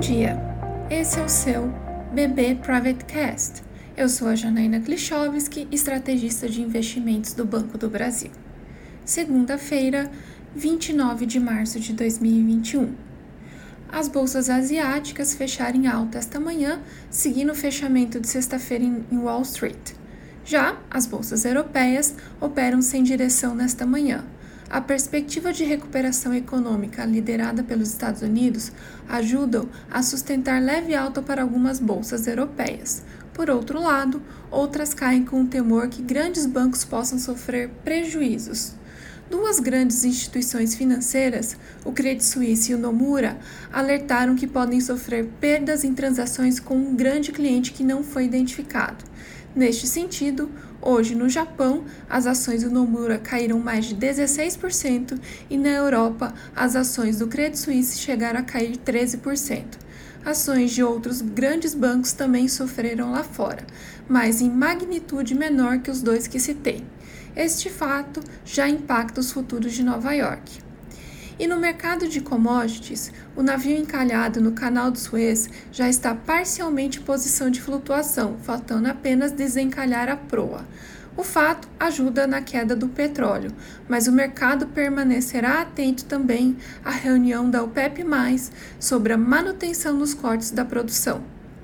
dia, esse é o seu BB Private Cast. Eu sou a Janaína Klichowski, estrategista de investimentos do Banco do Brasil. Segunda-feira, 29 de março de 2021. As bolsas asiáticas fecharam em alta esta manhã, seguindo o fechamento de sexta-feira em Wall Street. Já as bolsas europeias operam sem direção nesta manhã. A perspectiva de recuperação econômica liderada pelos Estados Unidos ajudam a sustentar leve alta para algumas bolsas europeias. Por outro lado, outras caem com o temor que grandes bancos possam sofrer prejuízos. Duas grandes instituições financeiras, o Credit Suisse e o Nomura, alertaram que podem sofrer perdas em transações com um grande cliente que não foi identificado. Neste sentido, hoje no Japão, as ações do Nomura caíram mais de 16% e na Europa, as ações do Credit Suisse chegaram a cair 13%. Ações de outros grandes bancos também sofreram lá fora, mas em magnitude menor que os dois que citei. Este fato já impacta os futuros de Nova York. E no mercado de commodities, o navio encalhado no Canal de Suez já está parcialmente em posição de flutuação, faltando apenas desencalhar a proa. O fato ajuda na queda do petróleo, mas o mercado permanecerá atento também à reunião da OPEP+, sobre a manutenção dos cortes da produção.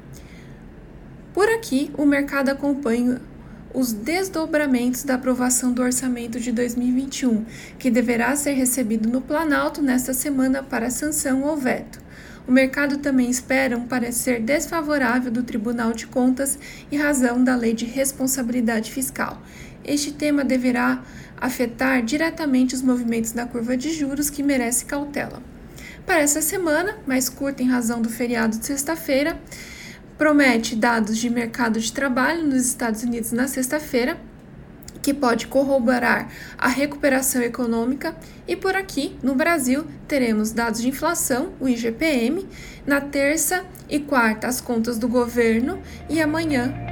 Por aqui, o mercado acompanha os desdobramentos da aprovação do orçamento de 2021, que deverá ser recebido no Planalto nesta semana para sanção ou veto. O mercado também espera um parecer desfavorável do Tribunal de Contas em razão da Lei de Responsabilidade Fiscal. Este tema deverá afetar diretamente os movimentos da curva de juros, que merece cautela. Para essa semana, mais curta em razão do feriado de sexta-feira, promete dados de mercado de trabalho nos Estados Unidos na sexta-feira, que pode corroborar a recuperação econômica, e por aqui, no Brasil, teremos dados de inflação, o IGPM, na terça e quarta as contas do governo e amanhã